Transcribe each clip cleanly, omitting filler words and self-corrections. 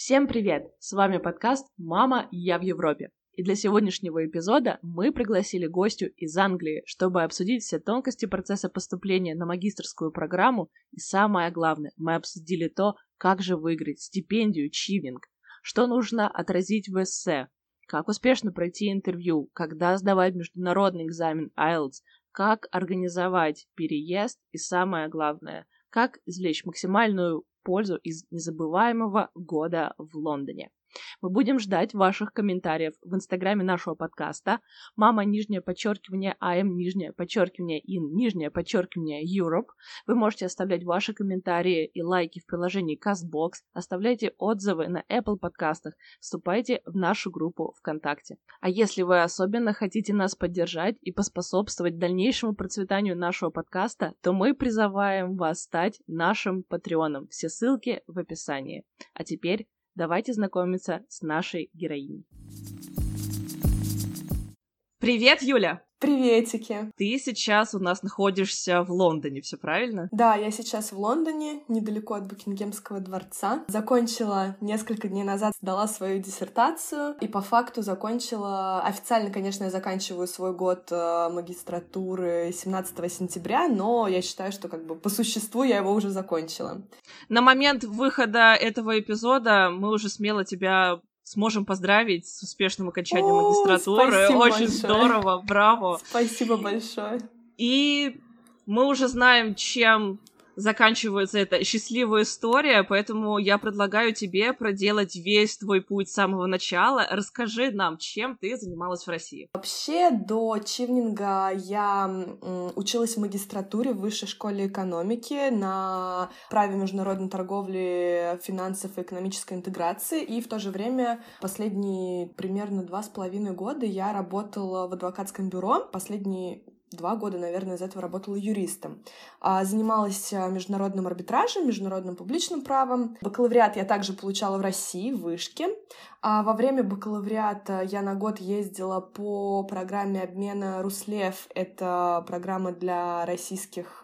Всем привет! С вами подкаст «Мама, я в Европе». И для сегодняшнего эпизода мы пригласили гостью из Англии, чтобы обсудить все тонкости процесса поступления на магистерскую программу. И самое главное, мы обсудили то, как же выиграть стипендию Чивнинг, что нужно отразить в эссе, как успешно пройти интервью, когда сдавать международный экзамен IELTS, как организовать переезд и самое главное, как извлечь максимальную пользу из незабываемого года в Лондоне. Мы будем ждать ваших комментариев в инстаграме нашего подкаста мама, _am, _in, _Europe. Вы можете оставлять ваши комментарии и лайки в приложении CastBox, оставляйте отзывы на Apple подкастах, вступайте в нашу группу ВКонтакте. А если вы особенно хотите нас поддержать и поспособствовать дальнейшему процветанию нашего подкаста, то мы призываем вас стать нашим патреоном. Все ссылки в описании. А теперь давайте знакомиться с нашей героиней. Привет, Юля! Приветики! Ты сейчас у нас находишься в Лондоне, все правильно? Да, я сейчас в Лондоне, недалеко от Букингемского дворца. Закончила несколько дней назад, сдала свою диссертацию и по факту закончила... Официально, конечно, я заканчиваю свой год магистратуры 17 сентября, но я считаю, что по существу я его уже закончила. На момент выхода этого эпизода мы уже смело тебя сможем поздравить с успешным окончанием магистратуры. Очень большое. Здорово, браво. Спасибо большое. И мы уже знаем, чем заканчивается эта счастливая история, поэтому я предлагаю тебе проделать весь твой путь с самого начала. Расскажи нам, чем ты занималась в России. Вообще, до Чивнинга я училась в магистратуре в Высшей школе экономики на праве международной торговли, финансов и экономической интеграции, и в то же время последние примерно 2,5 года я работала в адвокатском бюро. Последние 2 года, наверное, из этого работала юристом. Занималась международным арбитражем, международным публичным правом. Бакалавриат я также получала в России, в Вышке. Во время бакалавриата я на год ездила по программе обмена «Руслев». Это программа для российских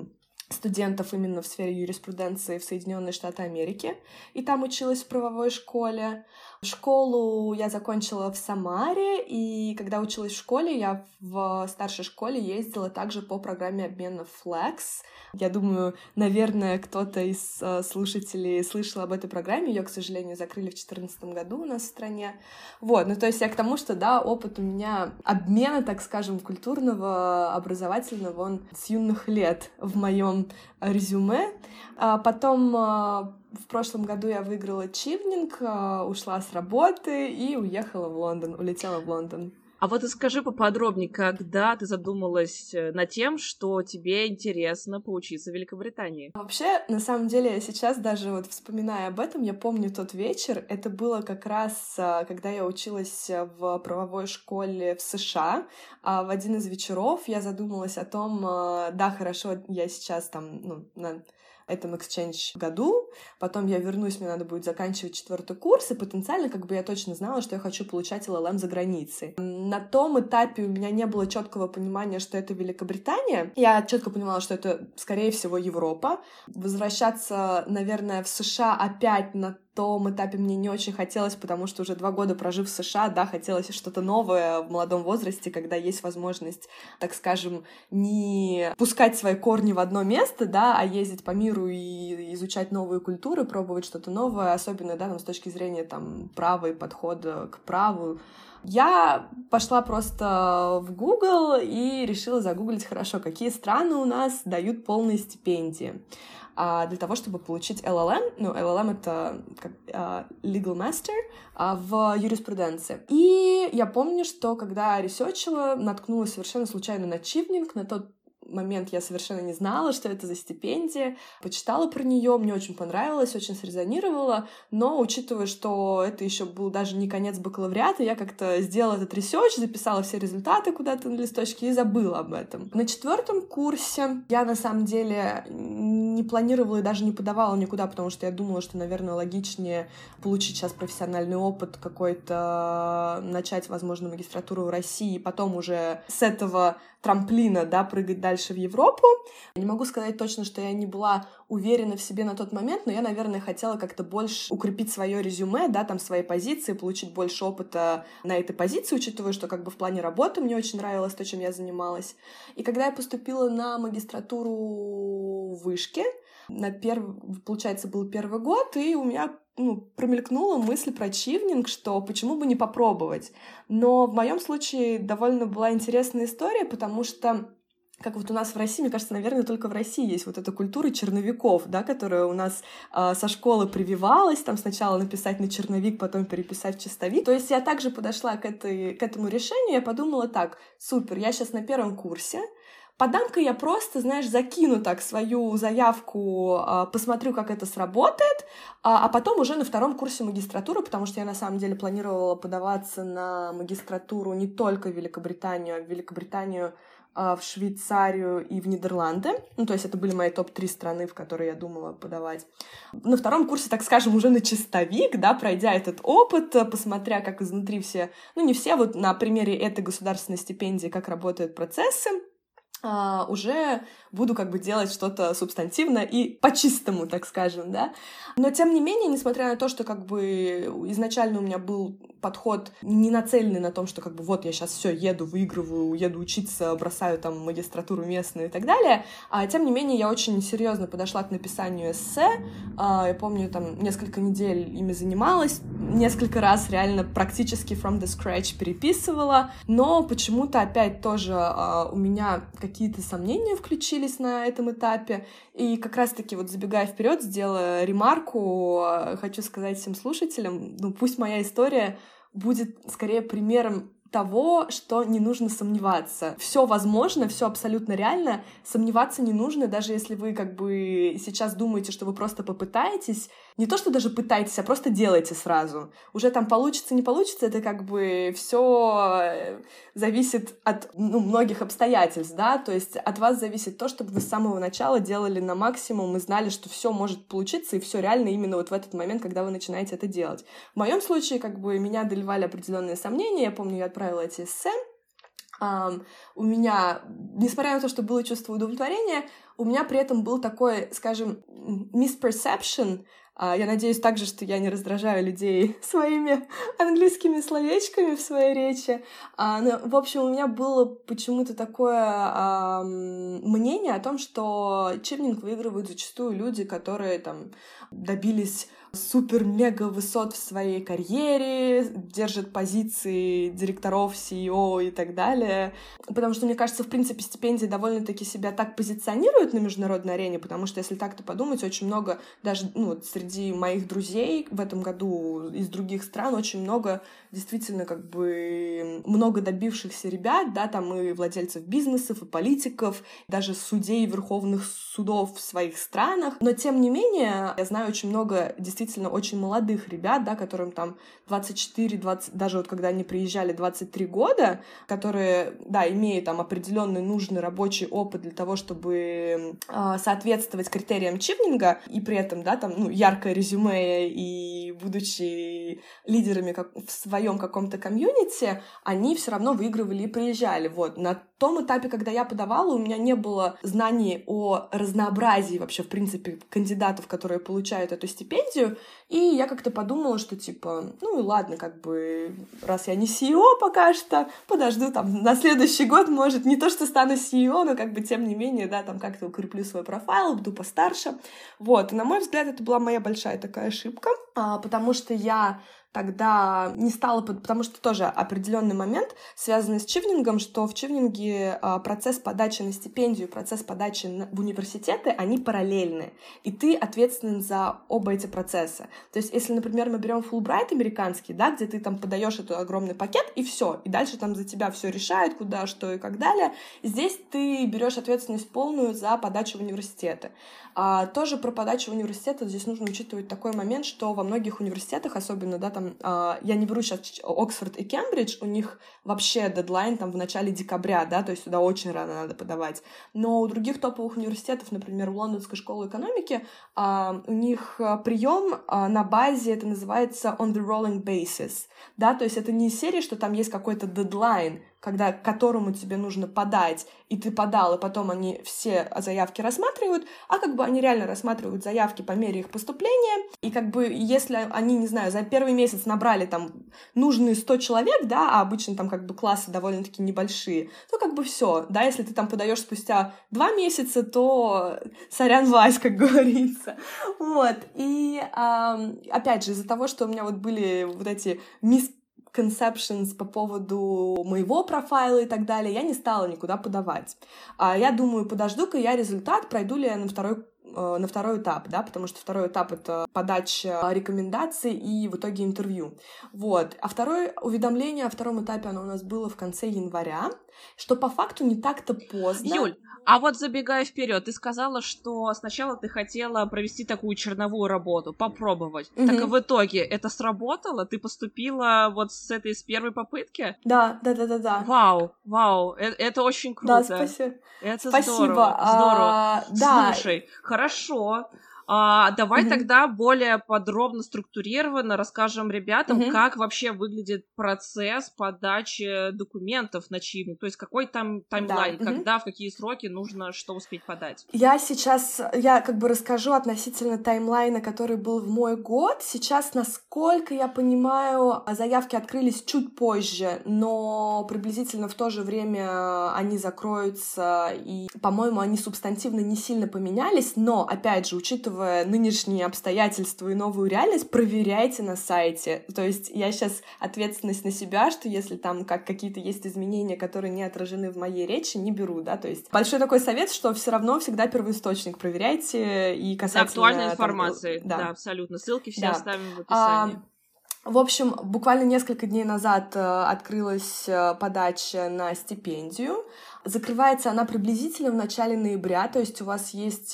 студентов именно в сфере юриспруденции в Соединенные Штаты Америки. И там училась в правовой школе. Школу я закончила в Самаре, и когда училась в школе, я в старшей школе ездила также по программе обмена Flex. Я думаю, наверное, кто-то из слушателей слышал об этой программе. Ее, к сожалению, закрыли в 2014 году у нас в стране. То есть я к тому, что, да, опыт у меня обмена, так скажем, культурного, образовательного, он с юных лет в моем резюме. Потом в прошлом году я выиграла Чивнинг, ушла с работы и уехала в Лондон, улетела в Лондон. А вот и скажи поподробнее, когда ты задумалась над тем, что тебе интересно поучиться в Великобритании? Вообще, на самом деле, я сейчас даже вспоминая об этом, я помню тот вечер. Это было как раз, когда я училась в правовой школе в США. В один из вечеров я задумалась о том, да, хорошо, я сейчас на этом exchange году, потом я вернусь, мне надо будет заканчивать 4-й курс, и потенциально я точно знала, что я хочу получать LLM за границей. На том этапе у меня не было четкого понимания, что это Великобритания. Я четко понимала, что это, скорее всего, Европа. Возвращаться, наверное, в США опять на том этапе мне не очень хотелось, потому что уже 2 года прожив в США, да, хотелось что-то новое в молодом возрасте, когда есть возможность, так скажем, не пускать свои корни в одно место, да, а ездить по миру и изучать новые культуры, пробовать что-то новое, особенно, да, с точки зрения, права и подхода к праву. Я пошла просто в Google и решила загуглить, хорошо, какие страны у нас дают полные стипендии для того, чтобы получить LLM. LLM — это Legal Master в юриспруденции. И я помню, что когда ресерчила, наткнулась совершенно случайно на Чивнинг. На тот момент я совершенно не знала, что это за стипендия. Почитала про нее, мне очень понравилось, очень срезонировало, но учитывая, что это еще был даже не конец бакалавриата, я как-то сделала этот ресерч, записала все результаты куда-то на листочке и забыла об этом. На 4-м курсе я на самом деле не планировала и даже не подавала никуда, потому что я думала, что, наверное, логичнее получить сейчас профессиональный опыт какой-то, начать, возможно, магистратуру в России, и потом уже с этого трамплина, да, прыгать дальше в Европу. Я не могу сказать точно, что я не была уверена в себе на тот момент, но я, наверное, хотела как-то больше укрепить свое резюме, да, там, свои позиции, получить больше опыта на этой позиции, учитывая, что как бы в плане работы мне очень нравилось то, чем я занималась. И когда я поступила на магистратуру в Вышке, получается, был первый год, и у меня промелькнула мысль про чивнинг, что почему бы не попробовать. Но в моем случае довольно была интересная история, потому что как вот у нас в России, мне кажется, наверное, только в России есть вот эта культура черновиков, да, которая у нас со школы прививалась, там сначала написать на черновик, потом переписать в чистовик. То есть я также подошла к этому решению, я подумала так: супер, я сейчас на первом курсе, подам-ка я просто, знаешь, закину так свою заявку, посмотрю, как это сработает, а потом уже на втором курсе магистратуры, потому что я на самом деле планировала подаваться на магистратуру не только в Великобританию, а в Великобританию, в Швейцарию и в Нидерланды. Ну, то есть это были мои топ-3 страны, в которые я думала подавать. На втором курсе, так скажем, уже на чистовик, да, пройдя этот опыт, посмотря, как изнутри все, не все, вот на примере этой государственной стипендии, как работают процессы, уже буду как бы делать что-то субстантивно и по-чистому, так скажем, да. Но, тем не менее, несмотря на то, что как бы изначально у меня был подход не нацеленный на том, что как бы вот я сейчас все еду, выигрываю, еду учиться, бросаю там магистратуру местную и так далее, тем не менее, я очень серьезно подошла к написанию эссе. Я помню, там несколько недель ими занималась, несколько раз реально практически from the scratch переписывала, но почему-то опять тоже у меня какие-то сомнения включились на этом этапе. И как раз-таки вот забегая вперед, сделала ремарку, хочу сказать всем слушателям, пусть моя история будет скорее примером того, что не нужно сомневаться. Все возможно, все абсолютно реально, сомневаться не нужно, даже если вы как бы сейчас думаете, что вы просто попытаетесь, не то, что даже пытаетесь, а просто делайте сразу. Уже там получится, не получится, это как бы все зависит от многих обстоятельств, да, то есть от вас зависит то, чтобы вы с самого начала делали на максимум и знали, что все может получиться, и все реально именно вот в этот момент, когда вы начинаете это делать. В моем случае как бы меня одолевали определенные сомнения, я помню, я отправила эти эссе. У меня, несмотря на то, что было чувство удовлетворения, у меня при этом был такой, скажем, misperception. Я надеюсь также, что я не раздражаю людей своими английскими словечками в своей речи. Но, в общем, у меня было почему-то такое мнение о том, что чивнинг выигрывают зачастую люди, которые там добились супер-мега высот в своей карьере, держат позиции директоров, CEO и так далее. Потому что, мне кажется, в принципе, стипендии довольно-таки себя так позиционируют на международной арене, потому что, если так-то подумать, очень много, даже среди моих друзей в этом году из других стран очень много, действительно, как бы, много добившихся ребят, да, там и владельцев бизнесов, и политиков, даже судей верховных судов в своих странах. Но, тем не менее, я знаю очень много действительно очень молодых ребят, да, которым там 24, 20, даже вот когда они приезжали, 23 года, которые, да, имеют там определенный нужный рабочий опыт для того, чтобы соответствовать критериям чивнинга, и при этом, да, там, яркое резюме, и будучи лидерами в своем каком-то комьюнити, они все равно выигрывали и приезжали. Вот. На том этапе, когда я подавала, у меня не было знаний о разнообразии вообще, в принципе, кандидатов, которые получают эту стипендию, и я как-то подумала, что типа, и ладно, как бы, раз я не CEO пока что, подожду там на следующий год, может, не то, что стану CEO, но как бы, тем не менее, да, там как-то укреплю свой профайл, буду постарше. Вот, и на мой взгляд, это была моя большая такая ошибка, потому что я тогда не стала, потому что тоже определенный момент, связанный с чивнингом, что в чивнинге процесс подачи на стипендию, процесс подачи в университеты, они параллельны, и ты ответственен за оба эти процесса. То есть, если, например, мы берем Fulbright американский, да, где ты там подаешь этот огромный пакет, и все, и дальше там за тебя все решают, куда, что и как далее, здесь ты берешь ответственность полную за подачу в университеты. Тоже про подачу в университеты здесь нужно учитывать такой момент, что во многих университетах, особенно, да, там там, я не беру сейчас Оксфорд и Кембридж, у них вообще дедлайн там в начале декабря, да, то есть сюда очень рано надо подавать. Но у других топовых университетов, например, у Лондонской школы экономики, у них прием на базе, это называется on the rolling basis, да, то есть это не серия, что там есть какой-то дедлайн, к которому тебе нужно подать, и ты подал, и потом они все заявки рассматривают, а как бы они реально рассматривают заявки по мере их поступления, и как бы если они, не знаю, за первый месяц набрали там нужные 100 человек, да, а обычно там как бы классы довольно-таки небольшие, то как бы все, да, если ты там подаешь спустя 2 месяца, то сорян Вась, как говорится. Вот, и опять же, из-за того, что у меня вот были вот эти misconceptions по поводу моего профайла и так далее, я не стала никуда подавать. Я думаю, подожду-ка я результат, пройду ли я на второй этап, да, потому что второй этап — это подача рекомендаций и в итоге интервью. Вот. А второе уведомление о втором этапе, оно у нас было в конце января, что по факту не так-то поздно. Юль, а вот забегая вперед, ты сказала, что сначала ты хотела провести такую черновую работу, попробовать. Так и в итоге это сработало? Ты поступила вот с первой попытки? Да. Вау, это очень круто. Да, спасибо. Это спасибо. Здорово. Да. Слушай, хорошо. Давай тогда более подробно, структурированно расскажем ребятам, как вообще выглядит процесс подачи документов на Чивник, то есть какой там таймлайн, когда, в какие сроки нужно что успеть подать. Я как бы расскажу относительно таймлайна, который был в мой год. Сейчас, насколько я понимаю, заявки открылись чуть позже, но приблизительно в то же время они закроются, и, по-моему, они субстантивно не сильно поменялись, но, опять же, учитывая нынешние обстоятельства и новую реальность, проверяйте на сайте. То есть я сейчас ответственность на себя, что если там какие-то есть изменения, которые не отражены в моей речи, не беру, да, то есть большой такой совет, что все равно всегда первоисточник проверяйте и касательно... Актуальной информации, да, абсолютно. Ссылки все оставим в описании. В общем, буквально несколько дней назад открылась подача на стипендию. Закрывается она приблизительно в начале ноября, то есть у вас есть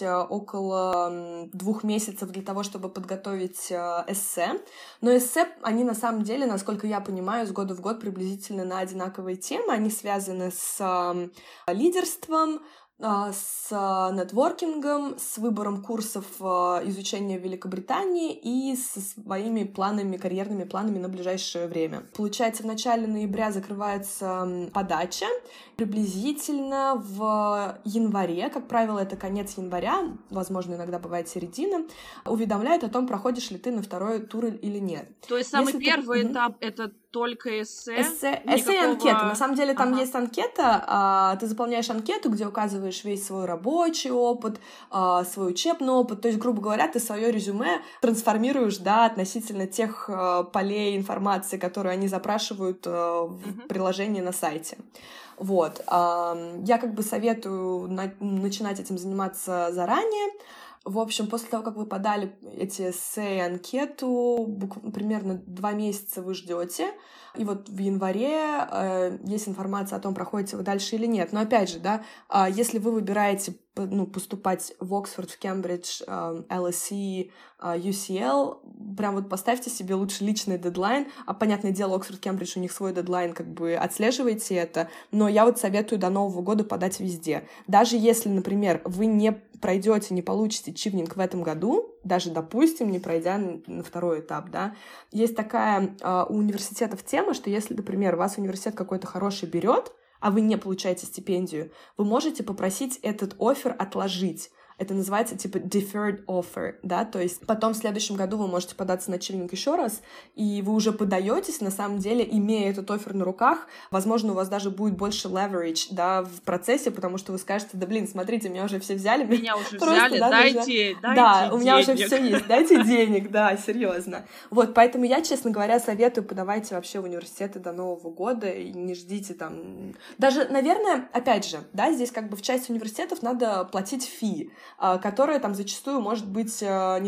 около 2 месяцев для того, чтобы подготовить эссе. Но эссе, они на самом деле, насколько я понимаю, с года в год приблизительно на одинаковые темы. Они связаны с лидерством, с нетворкингом, с выбором курсов изучения в Великобритании и со своими карьерными планами на ближайшее время. Получается, в начале ноября закрывается подача. Приблизительно в январе, как правило, это конец января, возможно, иногда бывает середина, уведомляют о том, проходишь ли ты на второй тур или нет. То есть самый первый этап — это только эссе? Эссе и анкета. На самом деле там есть анкета, ты заполняешь анкету, где указываешь весь свой рабочий опыт, свой учебный опыт, то есть, грубо говоря, ты свое резюме трансформируешь, да, относительно тех полей информации, которые они запрашивают в приложении на сайте. Вот. Я как бы советую начинать этим заниматься заранее. В общем, после того, как вы подали эти эссе и анкету, примерно 2 месяца вы ждете, и вот в январе есть информация о том, проходите вы дальше или нет. Но опять же, да, если вы выбираете поступать в Оксфорд, в Кембридж, LSE, UCL, прям вот поставьте себе лучше личный дедлайн. Понятное дело, Оксфорд, Кембридж, у них свой дедлайн, как бы отслеживайте это, но я вот советую до Нового года подать везде. Даже если, например, вы не пройдете, не получите Чивник в этом году, даже, допустим, не пройдя на второй этап, да, есть такая у университетов тема, что если, например, вас университет какой-то хороший берет, а вы не получаете стипендию, вы можете попросить этот оффер отложить. Это называется типа deferred offer, да, то есть потом в следующем году вы можете податься на Чивник еще раз, и вы уже подаетесь, на самом деле, имея этот оффер на руках, возможно, у вас даже будет больше leverage, да, в процессе, потому что вы скажете, да, блин, смотрите, меня уже все взяли. Меня уже взяли, дайте да, у меня денег. уже все есть, дайте денег, да, серьезно. Вот, поэтому я, честно говоря, советую, подавайте вообще в университеты до Нового года и не ждите там... Даже, наверное, опять же, да, здесь как бы в части университетов надо платить фи, которая там зачастую может быть не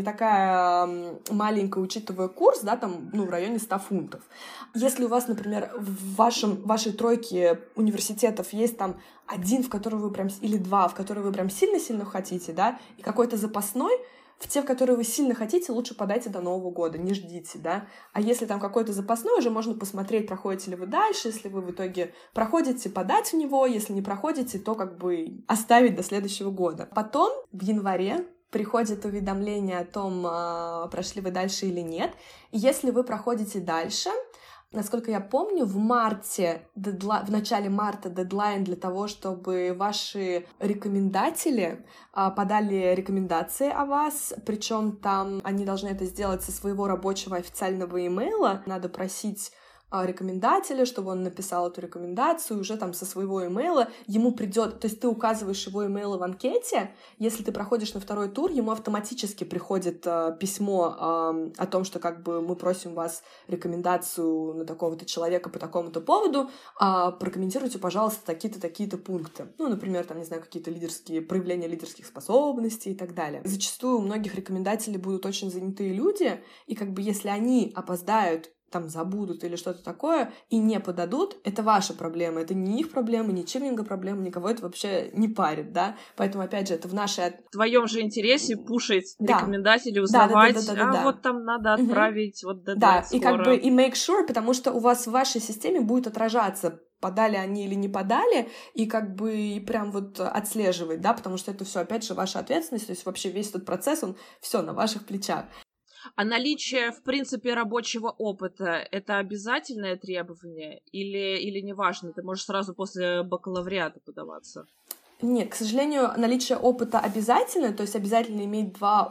такая маленькая, учитывая курс, да, там, в районе 100 фунтов. Если у вас, например, в вашей тройке университетов есть там один, в который вы прям, или 2, в который вы прям сильно-сильно хотите, да, и какой-то запасной, в те, в которые вы сильно хотите, лучше подайте до Нового года, не ждите, да. А если там какой-то запасной, уже можно посмотреть, проходите ли вы дальше. Если вы в итоге проходите, подать в него. Если не проходите, то как бы оставить до следующего года. Потом в январе приходит уведомление о том, прошли вы дальше или нет. И если вы проходите дальше, насколько я помню, в начале марта дедлайн для того, чтобы ваши рекомендатели подали рекомендации о вас, причем там они должны это сделать со своего рабочего официального имейла. Надо просить рекомендателя, чтобы он написал эту рекомендацию уже там со своего имейла, ему придет, то есть ты указываешь его имейл в анкете, если ты проходишь на второй тур, ему автоматически приходит письмо о том, что как бы мы просим вас рекомендацию на такого-то человека по такому-то поводу, прокомментируйте, пожалуйста, такие-то, такие-то пункты. Ну, например, там, не знаю, какие-то проявления лидерских способностей и так далее. Зачастую у многих рекомендателей будут очень занятые люди, и как бы если они опоздают, там забудут или что-то такое, и не подадут, это ваша проблема, это не их проблема, не Чивнинга проблема, никого это вообще не парит, да, поэтому, опять же, это в твоем же интересе пушить рекомендателей, узнавать, вот там надо отправить, вот дедлайн скоро. И как бы, и make sure, потому что у вас в вашей системе будет отражаться, подали они или не подали, и как бы и прям вот отслеживать, да, потому что это все опять же, ваша ответственность, то есть вообще весь этот процесс, он все на ваших плечах. А наличие, в принципе, рабочего опыта — это обязательное требование или не важно? Ты можешь сразу после бакалавриата подаваться? Нет, к сожалению, наличие опыта обязательно, то есть обязательно иметь 2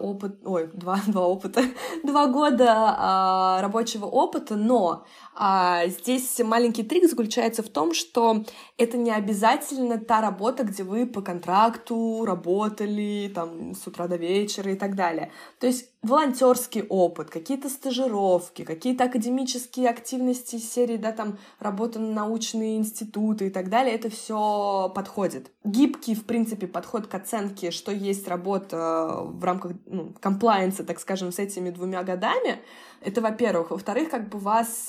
года рабочего опыта, но здесь маленький трик заключается в том, что это не обязательно та работа, где вы по контракту работали там с утра до вечера и так далее. То есть волонтерский опыт, какие-то стажировки, какие-то академические активности из серии, да, там работа на научные институты и так далее, это все подходит. Гибкий, в принципе, подход к оценке, что есть работа в рамках комплаенса, так скажем, с этими 2 годами, это, во-первых. Во-вторых, как бы вас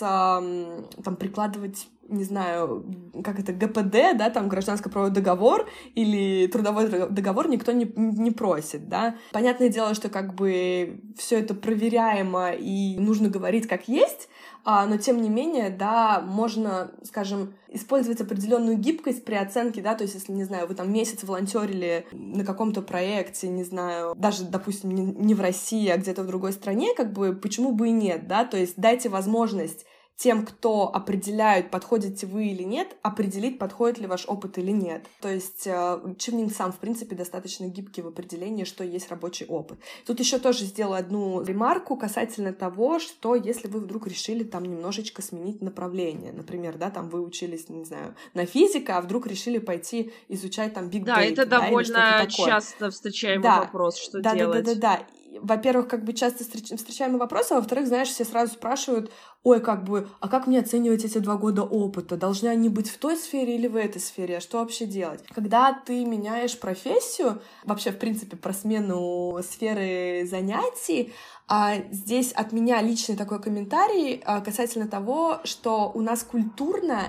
там прикладывать, не знаю, как это, ГПД, да, там гражданско-правовой договор или трудовой договор никто не просит, да. Понятное дело, что как бы все это проверяемо и нужно говорить как есть, но тем не менее, да, можно, скажем, использовать определенную гибкость при оценке, да, то есть если, не знаю, вы там месяц волонтерили на каком-то проекте, не знаю, даже, допустим, не в России, а где-то в другой стране, как бы почему бы и нет, да, то есть дайте возможность тем, кто определяют, подходите вы или нет, определить, подходит ли ваш опыт или нет. То есть Чивнинг сам, в принципе, достаточно гибкий в определении, что есть рабочий опыт. Тут еще тоже сделаю одну ремарку касательно того, что если вы вдруг решили там немножечко сменить направление, например, да, там вы учились, не знаю, на физика, а вдруг решили пойти изучать там big data. Да, это довольно часто встречаемый вопрос, что делать. Да. Во-первых, как бы часто встречаемый вопрос, а во-вторых, знаешь, все сразу спрашивают, ой, как бы, а как мне оценивать эти 2 года опыта? Должны они быть в той сфере или в этой сфере? А что вообще делать? Когда ты меняешь профессию, вообще, в принципе, про смену сферы занятий, здесь от меня личный такой комментарий касательно того, что у нас культурно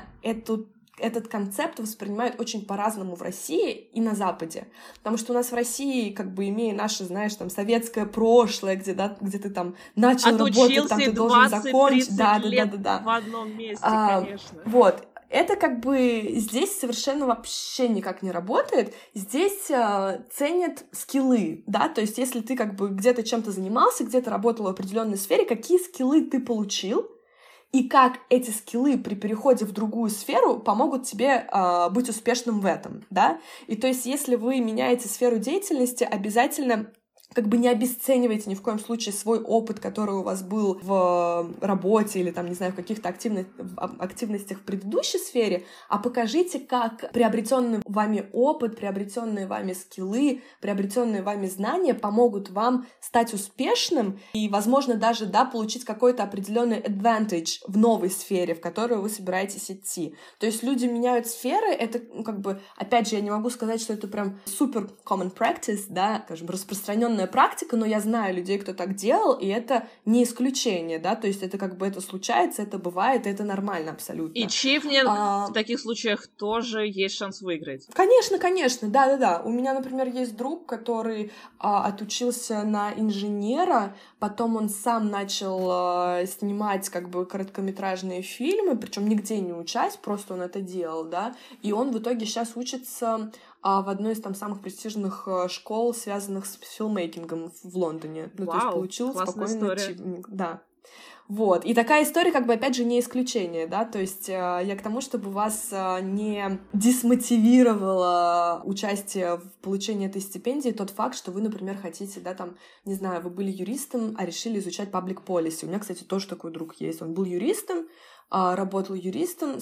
этот концепт воспринимают очень по-разному в России и на Западе. Потому что у нас в России, как бы имея наше, знаешь, там, советское прошлое, где ты там начал работать, там ты должен закончить. Лет в одном месте, конечно. Вот. Это как бы здесь совершенно вообще никак не работает. Здесь ценят скиллы, да, то есть если ты как бы где-то чем-то занимался, где-то работал в определенной сфере, какие скиллы ты получил, и как эти скиллы при переходе в другую сферу помогут тебе быть успешным в этом, да? И то есть, если вы меняете сферу деятельности, обязательно как бы не обесценивайте ни в коем случае свой опыт, который у вас был в работе или там, не знаю, в каких-то активностях в предыдущей сфере, а покажите, как приобретенный вами опыт, приобретенные вами скиллы, приобретенные вами знания помогут вам стать успешным и, возможно, даже, да, получить какой-то определенный advantage в новой сфере, в которую вы собираетесь идти. То есть люди меняют сферы, это, как бы, опять же, я не могу сказать, что это прям супер common practice, да, скажем, распространенная распространенная практика, но я знаю людей, кто так делал, и это не исключение, да, то есть это как бы это случается, это бывает, и это нормально абсолютно. И Чивнинг в таких случаях тоже есть шанс выиграть. Конечно, да. У меня, например, есть друг, который отучился на инженера, потом он сам начал снимать как бы короткометражные фильмы, причем нигде не учась, просто он это делал, да, и он в итоге сейчас учится в одной из там самых престижных школ, связанных с филммейкингом в Лондоне. Ну, то есть получил спокойно ачивмент. Да. Вот. И такая история, как бы, опять же, не исключение, да, то есть я к тому, чтобы вас не дисмотивировало участие в получении этой стипендии тот факт, что вы, например, хотите, да, там, не знаю, вы были юристом, а решили изучать public policy. У меня, кстати, тоже такой друг есть. Он был юристом, работал юристом,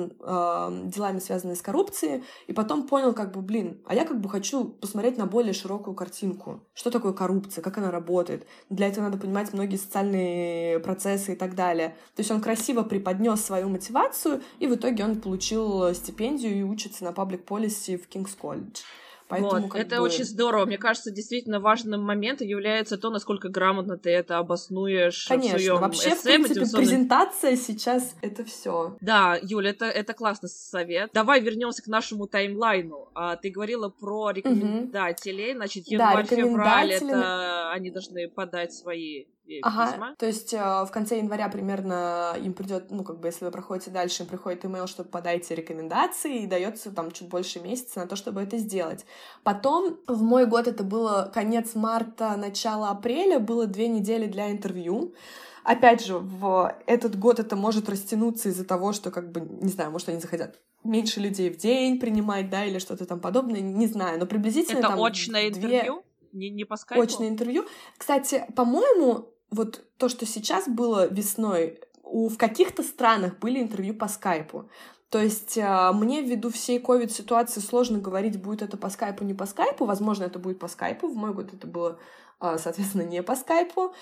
делами, связанными с коррупцией, и потом понял, как бы, а я как бы хочу посмотреть на более широкую картинку. Что такое коррупция, как она работает. Для этого надо понимать многие социальные процессы и так далее. То есть он красиво преподнес свою мотивацию, и в итоге он получил стипендию и учится на public policy в King's College. Поэтому, вот, это очень здорово. Мне кажется, действительно важным моментом является то, насколько грамотно ты это обоснуешь. Конечно, в своем вообще, эссе, в принципе, презентация сейчас — это все. Да, Юля, это классный совет. Давай вернемся к нашему таймлайну. Ты говорила про рекомендателей. Значит, январь-февраль — это они должны подать свои письма. То есть в конце января примерно им придет, ну, как бы, если вы проходите дальше, им приходит имейл, что подайте рекомендации, и дается там чуть больше месяца на то, чтобы это сделать. Потом в мой год это было конец марта, начало апреля, было 2 недели для интервью. Опять же, в этот год это может растянуться из-за того, что, как бы, не знаю, может, они захотят меньше людей в день принимать, да, или что-то там подобное, не знаю, но приблизительно это там... Это очное интервью? Не по скайпу? Очное интервью. Кстати, по-моему, вот то, что сейчас было весной, в каких-то странах были интервью по скайпу. То есть мне ввиду всей ковид-ситуации сложно говорить, будет это по скайпу, не по скайпу. Возможно, это будет по скайпу. В мой год это было, соответственно, не по скайпу.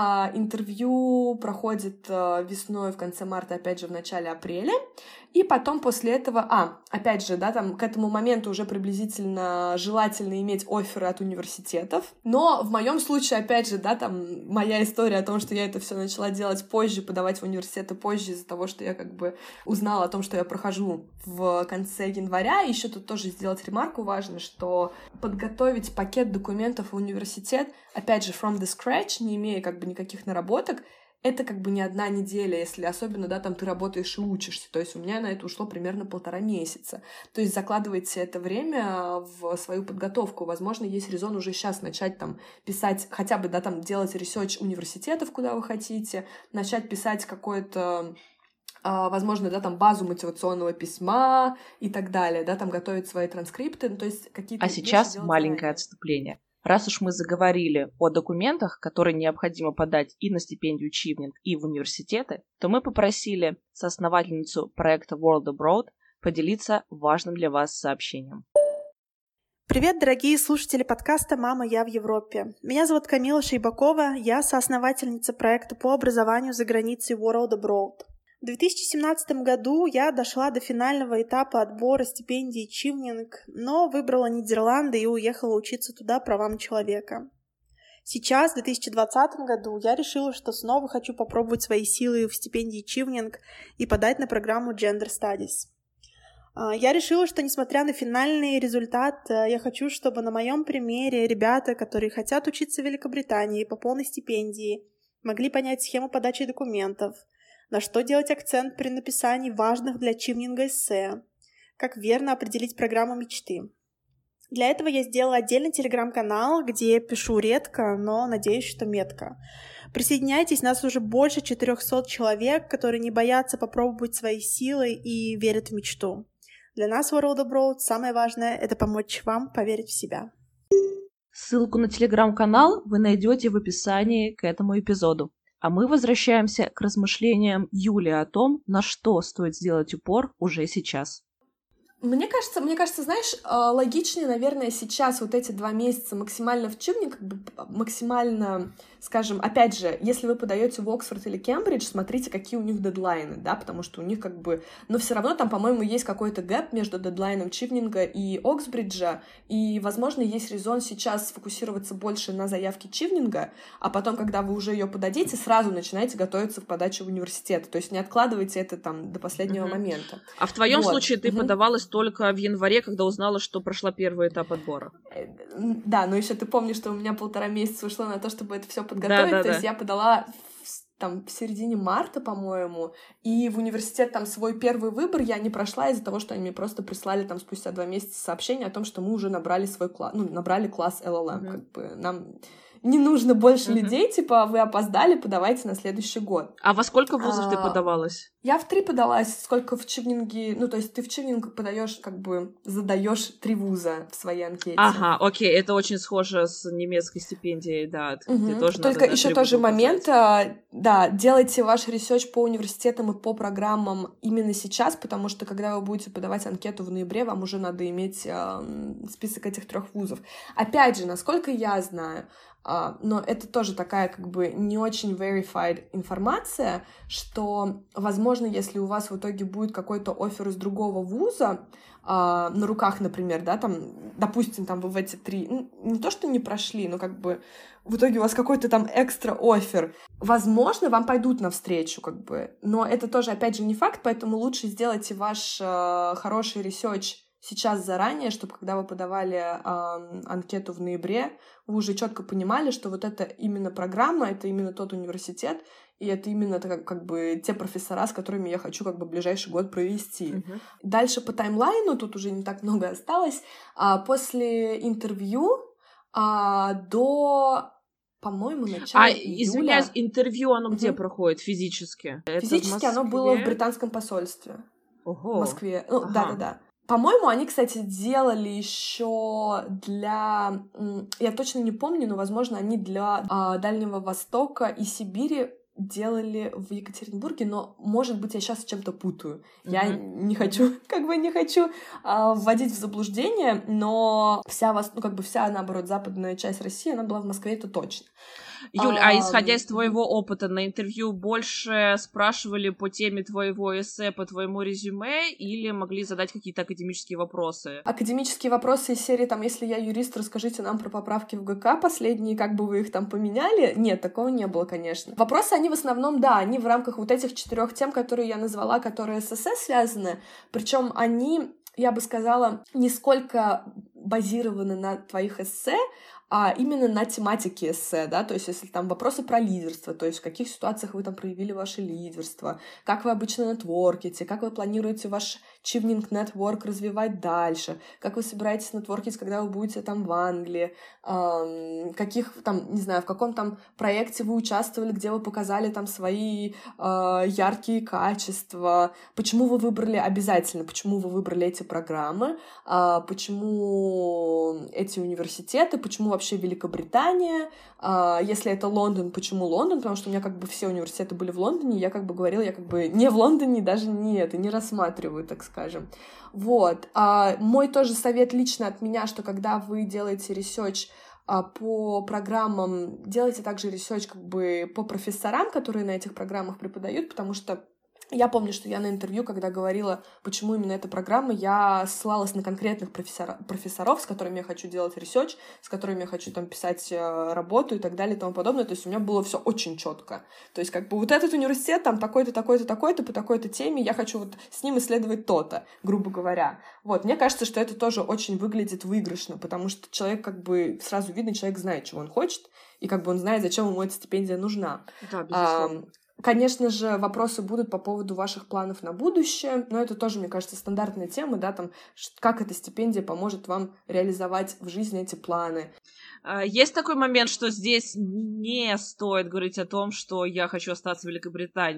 Интервью проходит весной, в конце марта, опять же, в начале апреля. И потом после этого, опять же, да, там к этому моменту уже приблизительно желательно иметь офферы от университетов. Но в моем случае, опять же, да, там моя история о том, что я это все начала делать позже, подавать в университеты позже из-за того, что я как бы узнала о том, что я прохожу в конце января. Еще тут тоже сделать ремарку важно, что подготовить пакет документов в университет, опять же, from the scratch, не имея как бы никаких наработок, это как бы не 1 неделя, если особенно, да, там ты работаешь и учишься. То есть у меня на это ушло примерно 1,5 месяца. То есть закладывайте это время в свою подготовку. Возможно, есть резон уже сейчас начать там писать, хотя бы, да, там делать ресерч университетов, куда вы хотите, начать писать какое-то, возможно, да, там базу мотивационного письма и так далее, да, там готовить свои транскрипты, ну, то есть какие-то... А сейчас маленькое отступление. Раз уж мы заговорили о документах, которые необходимо подать и на стипендию Чивнинг, и в университеты, то мы попросили соосновательницу проекта World Abroad поделиться важным для вас сообщением. Привет, дорогие слушатели подкаста «Мама, я в Европе». Меня зовут Камила Шейбакова, я соосновательница проекта по образованию за границей World Abroad. В 2017 году я дошла до финального этапа отбора стипендии Чивнинг, но выбрала Нидерланды и уехала учиться туда правам человека. Сейчас, в 2020 году, я решила, что снова хочу попробовать свои силы в стипендии Чивнинг и подать на программу Gender Studies. Я решила, что, несмотря на финальный результат, я хочу, чтобы на моем примере ребята, которые хотят учиться в Великобритании по полной стипендии, могли понять схему подачи документов, на что делать акцент при написании важных для Чивнинга эссе, как верно определить программу мечты. Для этого я сделала отдельный телеграм-канал, где пишу редко, но надеюсь, что метко. Присоединяйтесь, нас уже больше 400 человек, которые не боятся попробовать свои силы и верят в мечту. Для нас в World Abroad самое важное — это помочь вам поверить в себя. Ссылку на телеграм-канал вы найдете в описании к этому эпизоду. А мы возвращаемся к размышлениям Юли о том, на что стоит сделать упор уже сейчас. Мне кажется, знаешь, логичнее, наверное, сейчас вот эти 2 месяца максимально в Чивне, как бы максимально, скажем, опять же, если вы подаете в Оксфорд или Кембридж, смотрите, какие у них дедлайны, да, потому что у них как бы, но все равно там, по-моему, есть какой-то гэп между дедлайном Чивнинга и Оксбриджа, и, возможно, есть резон сейчас сфокусироваться больше на заявке Чивнинга, а потом, когда вы уже ее подадите, сразу начинаете готовиться к подаче в университет, то есть не откладывайте это там до последнего момента. А в твоем случае ты подавалась только в январе, когда узнала, что прошла первый этап отбора. Да, но еще ты помнишь, что у меня 1,5 месяца ушло на то, чтобы это все подготовить. То есть я подала в середине марта, по-моему, и в университет там свой первый выбор я не прошла из-за того, что они мне просто прислали там спустя 2 месяца сообщение о том, что мы уже набрали свой класс, набрали класс LLM, как бы нам не нужно больше людей, типа, вы опоздали, подавайте на следующий год. А во сколько вузов ты подавалась? Я в 3 подалась, сколько в Чивнинге, то есть ты в Чивнинг подаешь, как бы задаешь 3 вуза в своей анкете. Ага, окей, это очень схоже с немецкой стипендией, да, где тоже только надо еще тоже момент, да, делайте ваш ресерч по университетам и по программам именно сейчас, потому что когда вы будете подавать анкету в ноябре, вам уже надо иметь список этих 3 вузов. Опять же, насколько я знаю, но это тоже такая как бы не очень verified информация, что, возможно, если у вас в итоге будет какой-то оффер из другого вуза на руках, например, да, там, допустим, там вы в эти 3, не то что не прошли, но как бы в итоге у вас какой-то там экстра оффер, возможно, вам пойдут навстречу, как бы, но это тоже, опять же, не факт, поэтому лучше сделайте ваш хороший ресерч сейчас заранее, чтобы когда вы подавали анкету в ноябре, вы уже четко понимали, что вот это именно программа, это именно тот университет, и это именно как бы те профессора, с которыми я хочу как бы ближайший год провести. Дальше по таймлайну, тут уже не так много осталось, после интервью до, по-моему, начала июля... Извиняюсь, интервью оно где проходит физически? Физически оно было в британском посольстве. Ого. В Москве. Да. По-моему, они, кстати, делали еще для... Я точно не помню, но, возможно, они для Дальнего Востока и Сибири делали в Екатеринбурге, но, может быть, я сейчас с чем-то путаю. Я не хочу, вводить в заблуждение, но вся, наоборот, западная часть России, она была в Москве, это точно. Юль, а исходя из твоего опыта на интервью, больше спрашивали по теме твоего эссе, по твоему резюме, или могли задать какие-то академические вопросы? Академические вопросы из серии, там, если я юрист, расскажите нам про поправки в ГК последние, как бы вы их там поменяли? Нет, такого не было, конечно. Вопросы, они в основном, да, они в рамках вот этих 4 тем, которые я назвала, которые с эссе связаны, причем они, я бы сказала, не сколько базированы на твоих эссе, а именно на тематике эссе, да, то есть если там вопросы про лидерство, то есть в каких ситуациях вы там проявили ваше лидерство, как вы обычно нетворките, как вы планируете ваш Чивнинг нетворк развивать дальше, как вы собираетесь нетворкить, когда вы будете там в Англии, каких там, не знаю, в каком там проекте вы участвовали, где вы показали там свои яркие качества, почему вы выбрали эти программы, почему эти университеты, почему вообще Великобритания, если это Лондон, почему Лондон, потому что у меня как бы все университеты были в Лондоне, я как бы говорила, я как бы не в Лондоне, даже не рассматриваю, так скажем. Вот. Мой тоже совет лично от меня, что когда вы делаете ресерч по программам, делайте также ресерч как бы по профессорам, которые на этих программах преподают, потому что я помню, что я на интервью, когда говорила, почему именно эта программа, я ссылалась на конкретных профессоров, с которыми я хочу делать ресерч, с которыми я хочу там писать работу и так далее и тому подобное. То есть у меня было все очень четко. То есть как бы вот этот университет, там такой-то, такой-то, такой-то, по такой-то теме, я хочу вот с ним исследовать то-то, грубо говоря. Вот, мне кажется, что это тоже очень выглядит выигрышно, потому что человек как бы, сразу видно, человек знает, чего он хочет, и как бы он знает, зачем ему эта стипендия нужна. Да, безусловно. Конечно же, вопросы будут по поводу ваших планов на будущее, но это тоже, мне кажется, стандартная тема, да, там, как эта стипендия поможет вам реализовать в жизни эти планы. Есть такой момент, что здесь не стоит говорить о том, что я хочу остаться в Великобритании?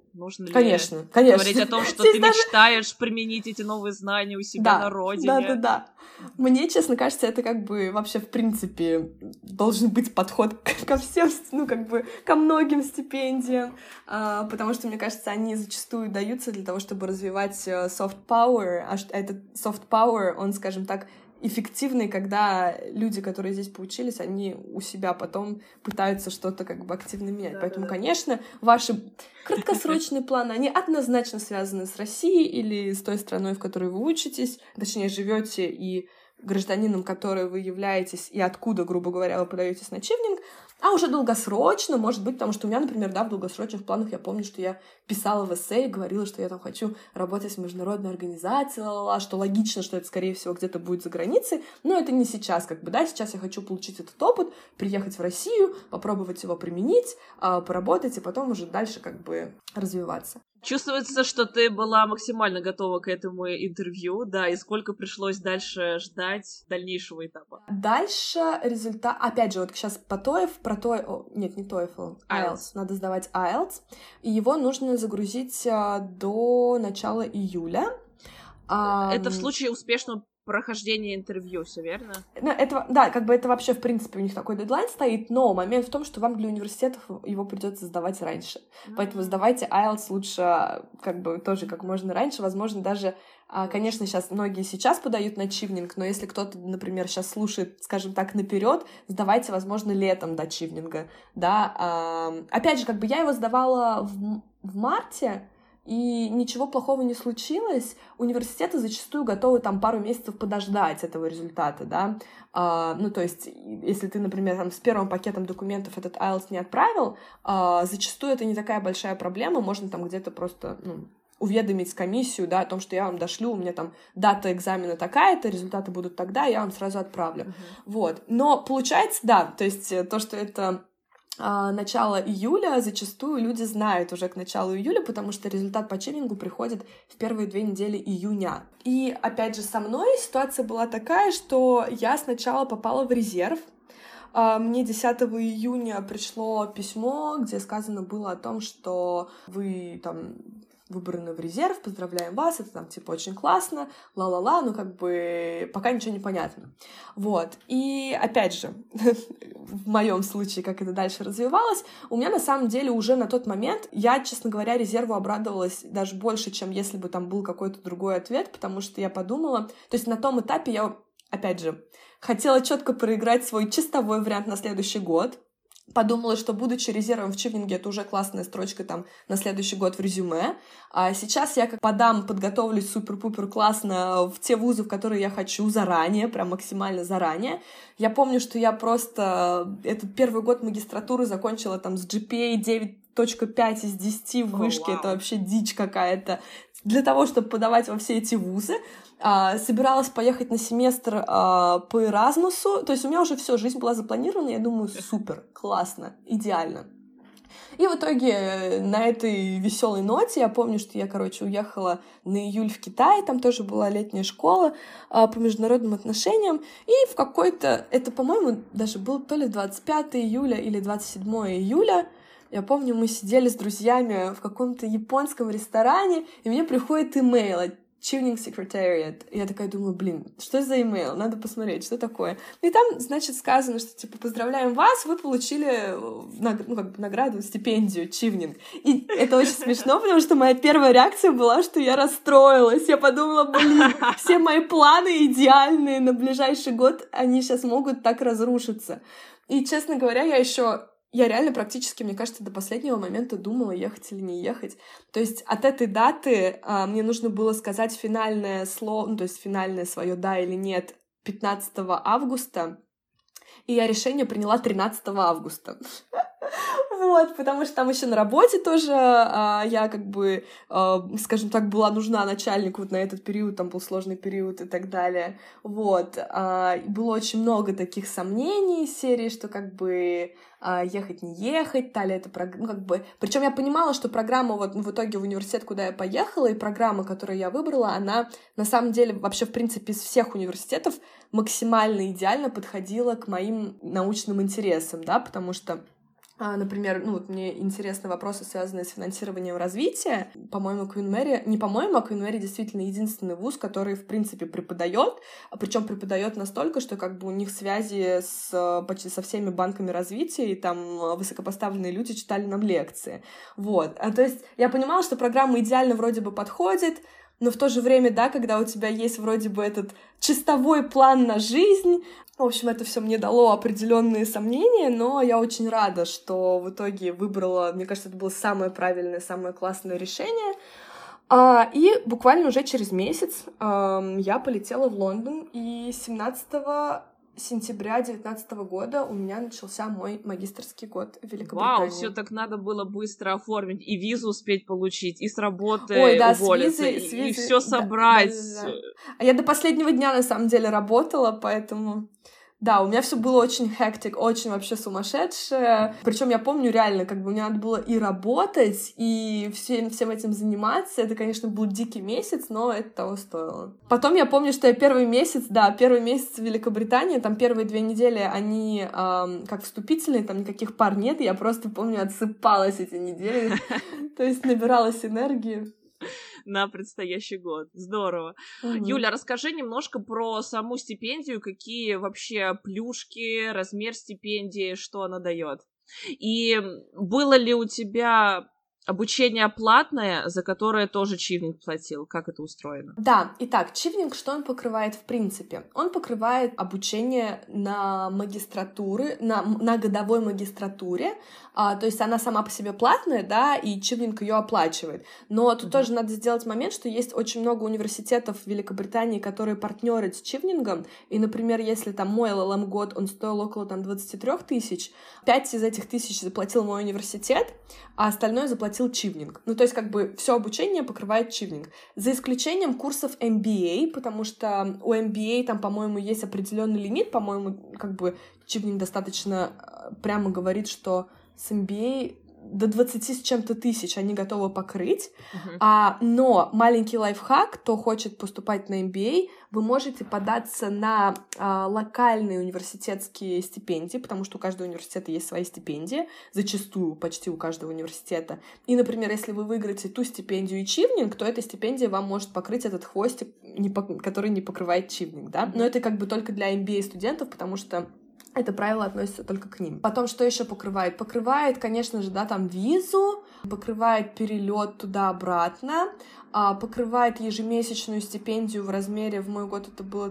Нужно ли конечно. говорить о том, что ты мечтаешь применить эти новые знания у себя на родине? Да. Мне, честно кажется, это как бы вообще, в принципе, должен быть подход ко всем, ну, как бы, ко многим стипендиям, потому что, мне кажется, они зачастую даются для того, чтобы развивать soft power, а этот soft power, он, скажем так, эффективный, когда люди, которые здесь поучились, они у себя потом пытаются что-то как бы активно менять. Поэтому, конечно, ваши краткосрочные планы, они однозначно связаны с Россией или с той страной, в которой вы учитесь, точнее, живете, и гражданином, который вы являетесь, и откуда, грубо говоря, вы подаетесь на чивнинг. А уже долгосрочно, может быть, потому что у меня, например, да, в долгосрочных планах я помню, что я писала в эссе и говорила, что я там хочу работать в международной организации, что логично, что это, скорее всего, где-то будет за границей, но это не сейчас, как бы, да, сейчас я хочу получить этот опыт, приехать в Россию, попробовать его применить, поработать, и потом уже дальше, как бы, развиваться. Чувствуется, что ты была максимально готова к этому интервью, да, и сколько пришлось дальше ждать дальнейшего этапа? Дальше результат... Опять же, вот сейчас по TOEFL... Нет, не TOEFL, IELTS. Надо сдавать IELTS, и его нужно загрузить до начала июля. Это в случае успешного прохождения интервью, все верно? Да, как бы это вообще, в принципе, у них такой дедлайн стоит, но момент в том, что вам для университетов его придется сдавать раньше. Поэтому сдавайте IELTS лучше как бы тоже как можно раньше, возможно, даже, конечно, сейчас многие сейчас подают на чивнинг, но если кто-то, например, сейчас слушает, скажем так, наперед, сдавайте, возможно, летом до чивнинга, да. Опять же, как бы я его сдавала в марте, и ничего плохого не случилось. Университеты зачастую готовы там пару месяцев подождать этого результата, да. Ну, то есть, если ты, например, там, с первым пакетом документов этот IELTS не отправил, зачастую это не такая большая проблема, можно там где-то просто, уведомить комиссию, да, о том, что я вам дошлю, у меня там дата экзамена такая-то, результаты будут тогда, я вам сразу отправлю. Вот. Но получается, да, то есть то, что это начало июля, зачастую люди знают уже к началу июля, потому что результат по чивнингу приходит в первые 2 недели июня. И, опять же, со мной ситуация была такая, что я сначала попала в резерв. Мне 10 июня пришло письмо, где сказано было о том, что вы там выбраны в резерв, поздравляем вас, это там типа очень классно, ла-ла-ла, ну как бы пока ничего не понятно. Вот. И опять же, в моем случае, как это дальше развивалось, у меня на самом деле уже на тот момент, я, честно говоря, резерву обрадовалась даже больше, чем если бы там был какой-то другой ответ, потому что я подумала, то есть на том этапе я, опять же, хотела четко проиграть свой чистовой вариант на следующий год, подумала, что, будучи резервом в чивнинге, это уже классная строчка там на следующий год в резюме. А сейчас я как подготовлюсь супер-пупер классно в те вузы, в которые я хочу заранее, прям максимально заранее. Я помню, что я просто этот первый год магистратуры закончила там с GPA 9.5 из 10 в вышке. Это вообще дичь какая-то. Для того, чтобы подавать во все эти вузы. Собиралась поехать на семестр по Эразмусу. То есть у меня уже всё, жизнь была запланирована. Я думаю, супер, классно, идеально. И в итоге на этой веселой ноте я помню, что я, уехала на июль в Китай. Там тоже была летняя школа по международным отношениям. И в какой-то... Это, по-моему, даже был то ли 25 июля или 27 июля. Я помню, мы сидели с друзьями в каком-то японском ресторане, и мне приходит имейл от Chivning Secretariat. И я такая думаю, что за имейл? Надо посмотреть, что такое. И там, значит, сказано, что, типа, поздравляем вас, вы получили награду, стипендию, Chivning. И это очень смешно, потому что моя первая реакция была, что я расстроилась. Я подумала, все мои планы идеальные на ближайший год, они сейчас могут так разрушиться. И, честно говоря, я реально практически, мне кажется, до последнего момента думала, ехать или не ехать. То есть от этой даты мне нужно было сказать финальное слово, то есть финальное свое «да» или «нет» 15 августа, и я решение приняла 13 августа. Вот, потому что там еще на работе тоже я скажем так, была нужна начальнику вот на этот период, там был сложный период и так далее. Вот, было очень много таких сомнений из серии, что ехать, не ехать, далее это Причем я понимала, что программа вот в итоге в университет, куда я поехала, и программа, которую я выбрала, она на самом деле вообще, в принципе, из всех университетов максимально идеально подходила к моим научным интересам, да, потому что Например, ну вот мне интересны вопросы, связанные с финансированием развития. По-моему, Queen Mary, не по-моему, а Queen Mary действительно единственный вуз, который, в принципе, преподает, причем преподает настолько, что как бы у них связи почти со всеми банками развития, и там высокопоставленные люди читали нам лекции. Вот. То есть я понимала, что программа идеально вроде бы подходит, но в то же время, да, когда у тебя есть вроде бы этот чистовой план на жизнь, в общем, это все мне дало определенные сомнения, но я очень рада, что в итоге выбрала, мне кажется, это было самое правильное, самое классное решение. И буквально уже через месяц я полетела в Лондон, и 17 сентября 2019 года у меня начался мой магистерский год в Великобритании. Вау, все так надо было быстро оформить, и визу успеть получить, и с работы уволиться, и все собрать. Да. А я до последнего дня, на самом деле, работала, поэтому... Да, у меня все было очень hectic, очень вообще сумасшедшее. Причем я помню реально, как бы мне надо было и работать, и всем этим заниматься. Это, конечно, был дикий месяц, но это того стоило. Потом я помню, что я первый месяц в Великобритании, там первые 2 недели, они как вступительные, там никаких пар нет, и я просто, помню, отсыпалась эти недели, то есть набиралась энергии. На предстоящий год. Здорово. Юля, расскажи немножко про саму стипендию, какие вообще плюшки, размер стипендии, что она дает. И было ли у тебя обучение платное, за которое тоже Чивнинг платил? Как это устроено? Да, итак, Чивнинг, что он покрывает в принципе? Он покрывает обучение на магистратуре, на годовой магистратуре, то есть она сама по себе платная, да, и Чивнинг ее оплачивает. Но тут тоже надо сделать момент, что есть очень много университетов в Великобритании, которые партнерят с Чивнингом, и, например, если там мой LLM-год, он стоил около там 23 тысяч, 5 из этих тысяч заплатил мой университет, а остальное заплатил Чивнинг. Ну, то есть, как бы, все обучение покрывает Чивнинг. За исключением курсов MBA, потому что у MBA там, по-моему, есть определенный лимит, по-моему, как бы, Чивнинг достаточно прямо говорит, что с MBA до 20 с чем-то тысяч они готовы покрыть, но маленький лайфхак, кто хочет поступать на MBA, вы можете податься на локальные университетские стипендии, потому что у каждого университета есть свои стипендии, зачастую почти у каждого университета. И, например, если вы выиграете ту стипендию и Чивнинг, то эта стипендия вам может покрыть этот хвостик, который не покрывает Чивнинг, да? Но это как бы только для MBA студентов, потому что это правило относится только к ним. Потом, что еще покрывает? Покрывает, конечно же, да, там визу, покрывает перелет туда-обратно, покрывает ежемесячную стипендию в размере, в мой год это было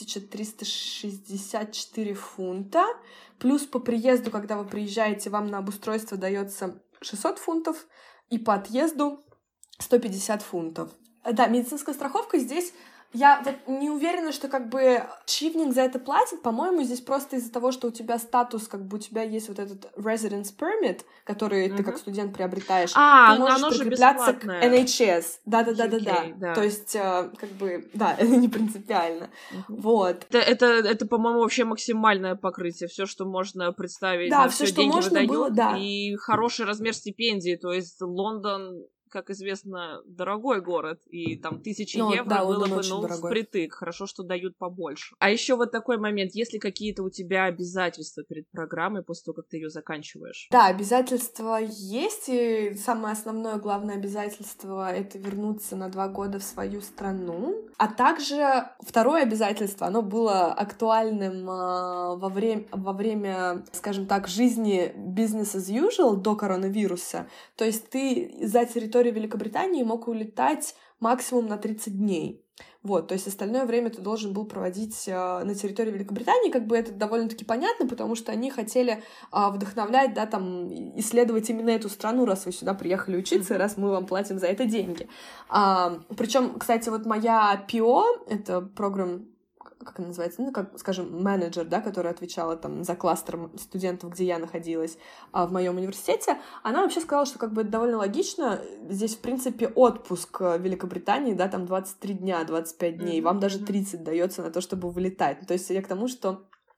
1364 фунта, плюс по приезду, когда вы приезжаете, вам на обустройство дается 600 фунтов, и по отъезду 150 фунтов. Да, медицинская страховка здесь... Я вот не уверена, что как бы Чивнинг за это платит. По-моему, здесь просто из-за того, что у тебя статус, как бы у тебя есть вот этот residence permit, который ты как студент приобретаешь. Ты можешь прикрепляться к NHS. Да. То есть, как бы, да, это не принципиально. Вот. Это, по-моему, вообще максимальное покрытие. Все, что можно представить. Да, все, что можно было, да. И хороший размер стипендии. То есть Лондон, как известно, дорогой город, и там 1000 евро да, было бы, дорогой. впритык. Хорошо, что дают побольше. А еще вот такой момент, есть ли какие-то у тебя обязательства перед программой после того, как ты ее заканчиваешь? Да, обязательства есть, и самое основное, главное обязательство — это вернуться на 2 года в свою страну. А также второе обязательство, оно было актуальным во время, скажем так, жизни business as usual до коронавируса. То есть ты за территорию Великобритании мог улетать максимум на 30 дней. Вот, то есть остальное время ты должен был проводить на территории Великобритании, как бы это довольно-таки понятно, потому что они хотели вдохновлять, да, там, исследовать именно эту страну, раз вы сюда приехали учиться, раз мы вам платим за это деньги. Причем, кстати, вот моя PO, это программ, как она называется, ну, как, скажем, менеджер, да, которая отвечала там за кластер студентов, где я находилась в моем университете, она вообще сказала, что как бы это довольно логично. Здесь, в принципе, отпуск в Великобритании, да, там 23 дня, 25 дней, вам даже 30 дается на то, чтобы вылетать. То есть я к тому, что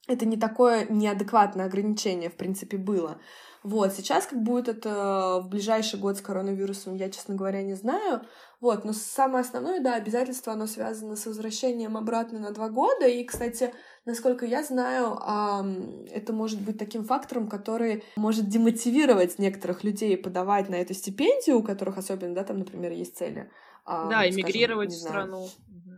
это не такое неадекватное ограничение, в принципе, было. Вот, сейчас как будет это в ближайший год с коронавирусом, я, честно говоря, не знаю. Вот, но самое основное, да, обязательство, оно связано с возвращением обратно на 2 года. И, кстати, насколько я знаю, это может быть таким фактором, который может демотивировать некоторых людей подавать на эту стипендию, у которых особенно, да, там, например, есть цели. Да, эмигрировать в страну.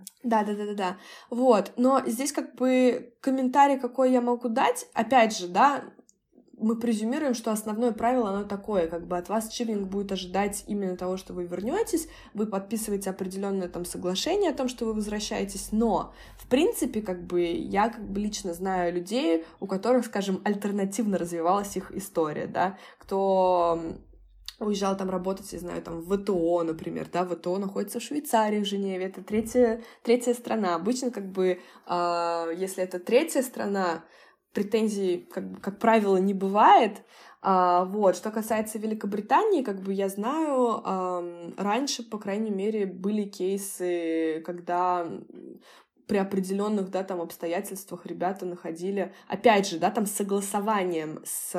Да. Вот, но здесь как бы комментарий, какой я могу дать, опять же, да, мы презюмируем, что основное правило, оно такое, как бы от вас чиллинг будет ожидать именно того, что вы вернетесь, вы подписываете определенное там соглашение о том, что вы возвращаетесь, но, в принципе, как бы я как бы лично знаю людей, у которых, скажем, альтернативно развивалась их история, да, кто уезжал там работать, я знаю, там в ВТО, например, да, ВТО находится в Швейцарии, в Женеве, это третья страна. Обычно, как бы, если это третья страна, претензий, как правило, не бывает. Вот. Что касается Великобритании, как бы я знаю, раньше, по крайней мере, были кейсы, когда при определенных, да, там, обстоятельствах ребята находили, опять же, да, там, с согласованием с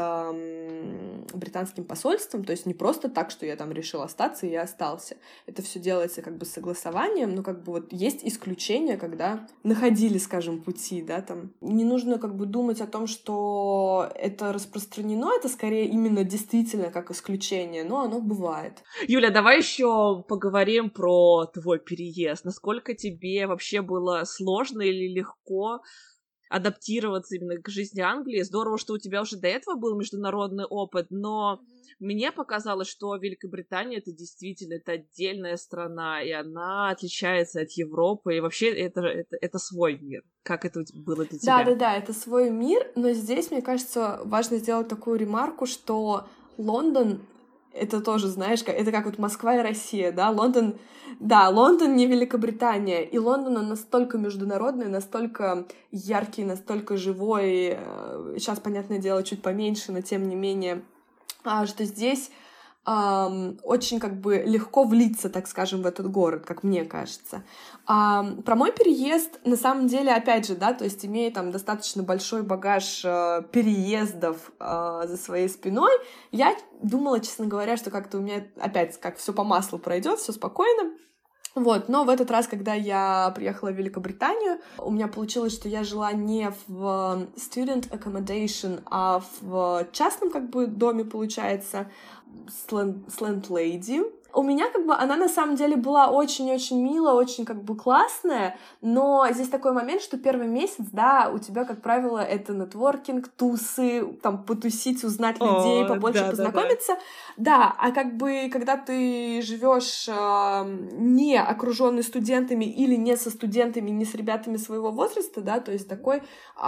британским посольством, то есть не просто так, что я там решил остаться, и я остался. Это все делается как бы с согласованием, но как бы вот есть исключения, когда находили, скажем, пути, да, там. Не нужно как бы думать о том, что это распространено, это скорее именно действительно как исключение, но оно бывает. Юля, давай еще поговорим про твой переезд. Насколько тебе вообще было сложно или легко адаптироваться именно к жизни Англии? Здорово, что у тебя уже до этого был международный опыт, но мне показалось, что Великобритания это действительно это отдельная страна, и она отличается от Европы, и вообще это свой мир. Как это было для тебя? Да, это свой мир, но здесь, мне кажется, важно сделать такую ремарку, что Лондон это тоже, знаешь, это как вот Москва и Россия, да, Лондон не Великобритания, и Лондон, он настолько международный, настолько яркий, настолько живой, сейчас, понятное дело, чуть поменьше, но тем не менее, что здесь очень как бы легко влиться, так скажем, в этот город, как мне кажется. Про мой переезд, на самом деле, опять же, да, то есть имея там достаточно большой багаж переездов за своей спиной, я думала, честно говоря, что как-то у меня опять как все по маслу пройдет, все спокойно. Вот, но в этот раз, когда я приехала в Великобританию, у меня получилось, что я жила не в student accommodation, а в частном как бы доме, получается, с лендлейди. У меня как бы она на самом деле была очень-очень милая, очень как бы классная, но здесь такой момент, что первый месяц, да, у тебя, как правило, это нетворкинг, тусы, там, потусить, узнать людей, побольше познакомиться. Да, а как бы, когда ты живешь не окруженный студентами или не со студентами, не с ребятами своего возраста, да, то есть такой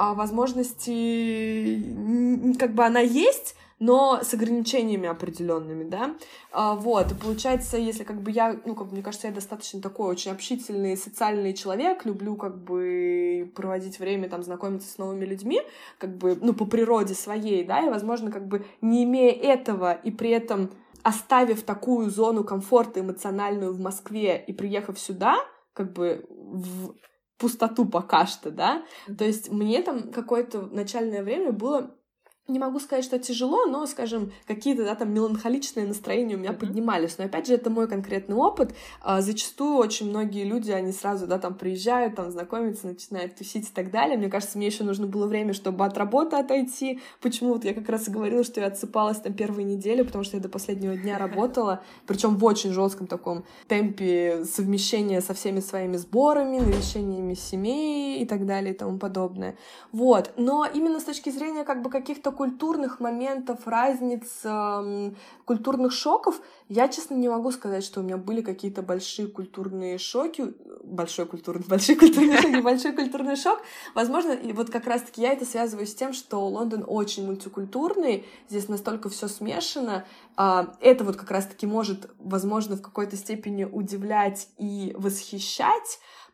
возможности, как бы она есть, но с ограничениями определенными, да, вот, и получается, если как бы я, ну, как бы, мне кажется, я достаточно такой очень общительный, социальный человек, люблю как бы проводить время, там, знакомиться с новыми людьми, как бы, ну, по природе своей, да, и, возможно, как бы не имея этого и при этом оставив такую зону комфорта эмоциональную в Москве и приехав сюда, как бы в пустоту пока что, да, то есть мне там какое-то начальное время было, не могу сказать, что тяжело, но, скажем, какие-то, да, там меланхоличные настроения у меня поднимались. Но, опять же, это мой конкретный опыт. Зачастую очень многие люди, они сразу, да, там приезжают, там знакомятся, начинают тусить и так далее. Мне кажется, мне еще нужно было время, чтобы от работы отойти. Почему? Вот я как раз и говорила, что я отсыпалась там первые недели, потому что я до последнего дня работала, причем в очень жестком таком темпе совмещения со всеми своими сборами, навещениями семей и так далее и тому подобное. Вот. Но именно с точки зрения как бы каких-то культурных моментов, разниц, культурных шоков, я, честно, не могу сказать, что у меня были какие-то большие культурные шоки. Большой культурный шок. Возможно, и вот как раз-таки я это связываю с тем, что Лондон очень мультикультурный, здесь настолько все смешано. Это вот как раз-таки может, возможно, в какой-то степени удивлять и восхищать,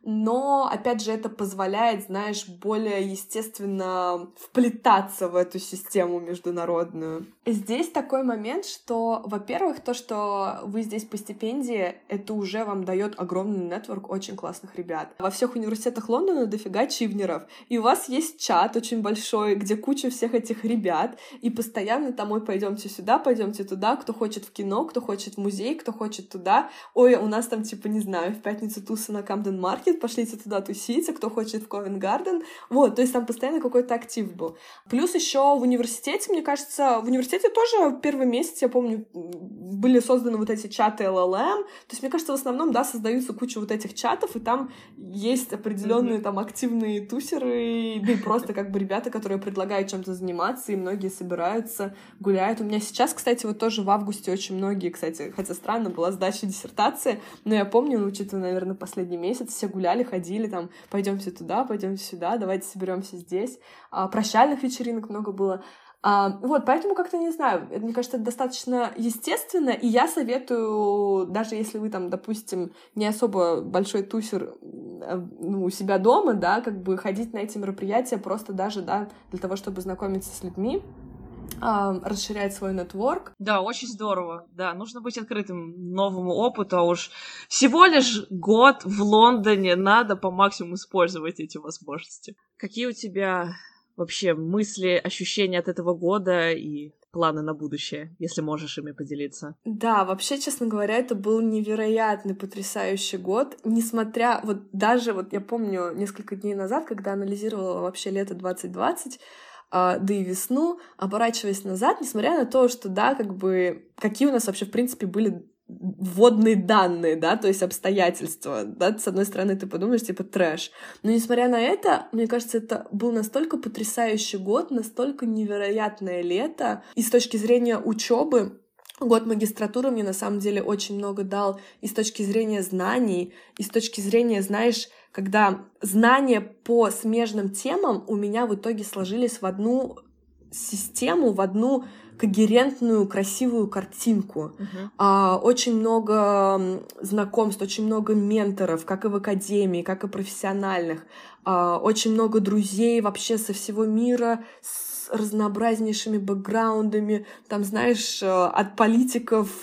но, опять же, это позволяет, знаешь, более естественно вплетаться в эту систему международную. Здесь такой момент, что, во-первых, то, что вы здесь по стипендии, это уже вам дает огромный нетворк очень классных ребят. Во всех университетах Лондона дофига чивнеров, и у вас есть чат очень большой, где куча всех этих ребят, и постоянно там, ой, пойдемте сюда, пойдемте туда, кто хочет в кино, кто хочет в музей, кто хочет туда, ой, у нас там, типа, не знаю, в пятницу туса на Камден-маркет, пошлите туда тусить, а кто хочет в Ковент-гарден, вот, то есть там постоянно какой-то актив был. Плюс еще в университете, мне кажется, в университете тоже первый месяц, я помню, были созданы вот эти чаты LLM, то есть, мне кажется, в основном, да, создаются куча вот этих чатов, и там есть определенные там активные тусеры, да и просто как бы ребята, которые предлагают чем-то заниматься, и многие собираются, гуляют. У меня сейчас, кстати, вот тоже в августе очень многие, кстати, хотя странно, была сдача диссертации, но я помню, учитывая, наверное, последний месяц, все гуляли, ходили там, пойдемте туда, пойдемте сюда, давайте соберемся здесь. Прощальных вечеринок много было. Вот, поэтому как-то не знаю, это, мне кажется, достаточно естественно, и я советую, даже если вы там, допустим, не особо большой тусер у себя дома, да, как бы ходить на эти мероприятия просто даже, да, для того, чтобы знакомиться с людьми, расширять свой нетворк. Да, очень здорово. Да, нужно быть открытым новому опыту, а уж всего лишь год в Лондоне, надо по максимуму использовать эти возможности. Какие у тебя вообще мысли, ощущения от этого года и планы на будущее, если можешь ими поделиться? Да, вообще, честно говоря, это был невероятный, потрясающий год, несмотря, вот даже, вот я помню несколько дней назад, когда анализировала вообще лето 2020, да и весну, оборачиваясь назад, несмотря на то, что, да, как бы, какие у нас вообще, в принципе, были вводные данные, да, то есть обстоятельства, да, с одной стороны ты подумаешь, типа, трэш, но несмотря на это, мне кажется, это был настолько потрясающий год, настолько невероятное лето, и с точки зрения учебы год магистратуры мне на самом деле очень много дал и с точки зрения знаний, и с точки зрения, знаешь, когда знания по смежным темам у меня в итоге сложились в одну систему, в одну когерентную, красивую картинку. Очень много знакомств, очень много менторов, как и в академии, как и профессиональных. Очень много друзей вообще со всего мира, с разнообразнейшими бэкграундами, там, знаешь, от политиков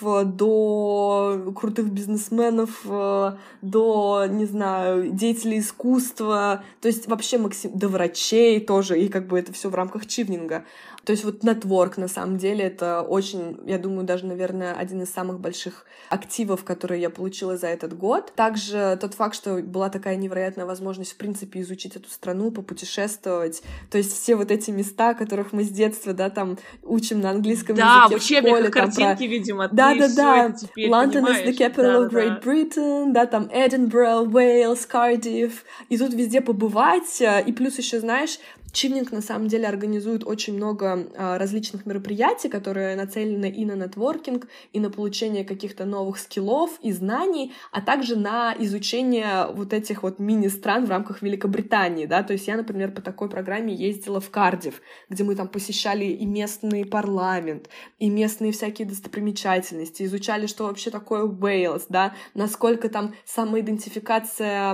до крутых бизнесменов, до, не знаю, деятелей искусства, то есть вообще до врачей тоже, и как бы это все в рамках чивнинга. То есть вот нетворк, на самом деле, это очень, я думаю, даже, наверное, один из самых больших активов, которые я получила за этот год. Также тот факт, что была такая невероятная возможность, в принципе, изучить эту страну, попутешествовать. То есть все вот эти места, которых мы с детства, да, там, учим на английском языке в школе. Да, в учебниках картинки, видимо, да. London is the capital of Great Britain, да, там, Edinburgh, Wales, Cardiff. И тут везде побывать. И плюс еще, знаешь, Чивнинг, на самом деле, организует очень много различных мероприятий, которые нацелены и на нетворкинг, и на получение каких-то новых скиллов и знаний, а также на изучение вот этих вот мини-стран в рамках Великобритании, да, то есть я, например, по такой программе ездила в Кардифф, где мы там посещали и местный парламент, и местные всякие достопримечательности, изучали, что вообще такое Уэйлс, да, насколько там самоидентификация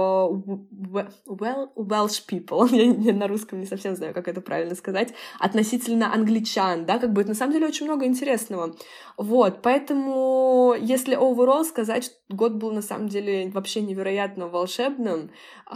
Welsh people, я на русском не совсем знаю, как это правильно сказать, относительно англичан, да, как бы это на самом деле очень много интересного. Вот, поэтому, если overall сказать, что год был на самом деле вообще невероятно волшебным,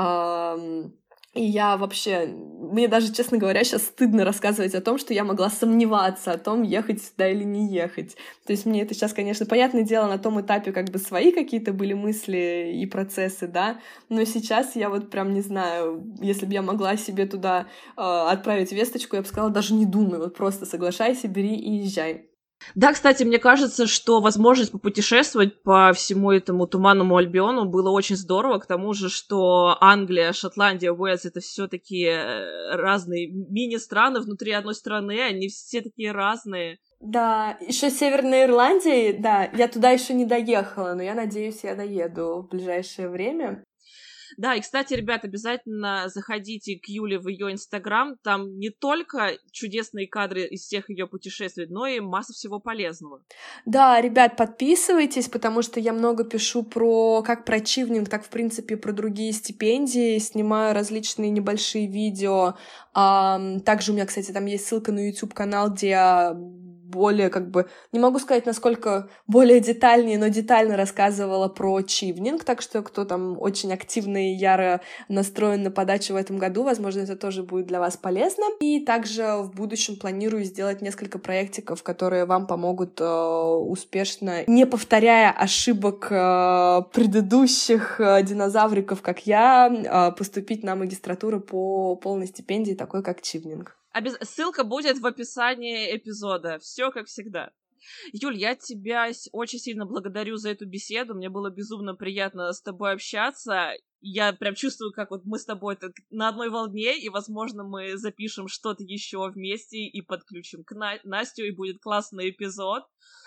и я вообще, мне даже, честно говоря, сейчас стыдно рассказывать о том, что я могла сомневаться о том, ехать сюда или не ехать. То есть мне это сейчас, конечно, понятное дело, на том этапе как бы свои какие-то были мысли и процессы, да, но сейчас я вот прям не знаю, если бы я могла себе туда отправить весточку, я бы сказала, даже не думай, вот просто соглашайся, бери и езжай. Да, кстати, мне кажется, что возможность попутешествовать по всему этому туманному Альбиону было очень здорово, к тому же, что Англия, Шотландия, Уэльс — это все такие разные мини-страны внутри одной страны, они все такие разные. Да, еще Северная Ирландия, да, я туда еще не доехала, но я надеюсь, я доеду в ближайшее время. Да, и, кстати, ребят, обязательно заходите к Юле в ее Инстаграм, там не только чудесные кадры из всех ее путешествий, но и масса всего полезного. Да, ребят, подписывайтесь, потому что я много пишу как про Achievning, так, в принципе, про другие стипендии, снимаю различные небольшие видео. Также у меня, кстати, там есть ссылка на YouTube-канал, где я более, не могу сказать, насколько более детальнее, но детально рассказывала про Achievning, так что кто там очень активно и яро настроен на подачу в этом году, возможно, это тоже будет для вас полезно. И также в будущем планирую сделать несколько проектиков, которые вам помогут успешно, не повторяя ошибок предыдущих динозавриков, как я, поступить на магистратуру по полной стипендии, такой как Achievning. Ссылка будет в описании эпизода. Все как всегда. Юль, я тебя очень сильно благодарю за эту беседу. Мне было безумно приятно с тобой общаться. Я прям чувствую, как вот мы с тобой на одной волне, и, возможно, мы запишем что-то еще вместе и подключим к Настю, и будет классный эпизод.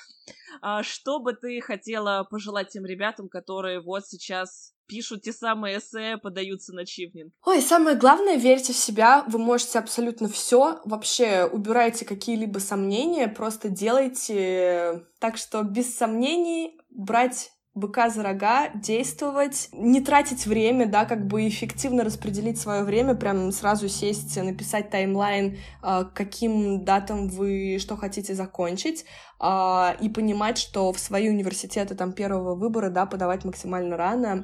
Что бы ты хотела пожелать тем ребятам, которые вот сейчас пишут те самые эссе, подаются на Achievning? Ой, самое главное, верьте в себя, вы можете абсолютно все. Вообще, убирайте какие-либо сомнения, просто делайте так, что без сомнений брать быка за рога, действовать, не тратить время, да, эффективно распределить свое время, прям сразу сесть, написать таймлайн, каким датам вы что хотите закончить, и понимать, что в свои университеты там первого выбора, да, подавать максимально рано,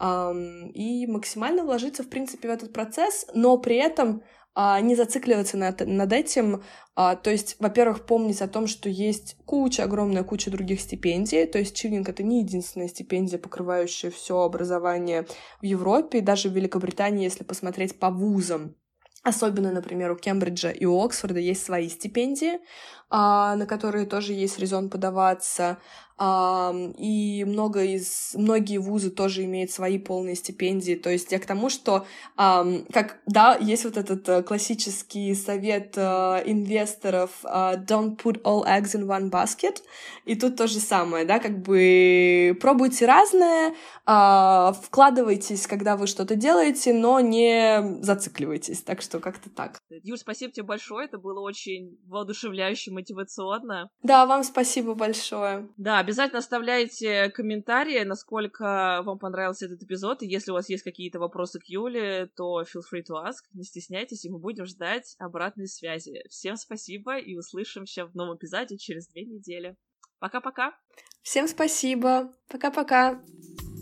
и максимально вложиться, в принципе, в этот процесс, но при этом не зацикливаться над этим. То есть, во-первых, помнить о том, что есть огромная куча других стипендий. То есть Achievning — это не единственная стипендия, покрывающая все образование в Европе. И даже в Великобритании, если посмотреть по вузам, особенно, например, у Кембриджа и у Оксфорда есть свои стипендии, на которые тоже есть резон подаваться. И многие вузы тоже имеют свои полные стипендии. То есть я к тому, что есть вот этот классический совет инвесторов don't put all eggs in one basket. И тут то же самое, да, пробуйте разное, вкладывайтесь, когда вы что-то делаете, но не зацикливайтесь. Так что как-то так. Юль, спасибо тебе большое, это было очень воодушевляюще, мотивационно. Да, вам спасибо большое. Да, обязательно оставляйте комментарии, насколько вам понравился этот эпизод, и если у вас есть какие-то вопросы к Юле, то feel free to ask, не стесняйтесь, и мы будем ждать обратной связи. Всем спасибо, и услышимся в новом эпизоде через 2 недели. Пока-пока! Всем спасибо! Пока-пока!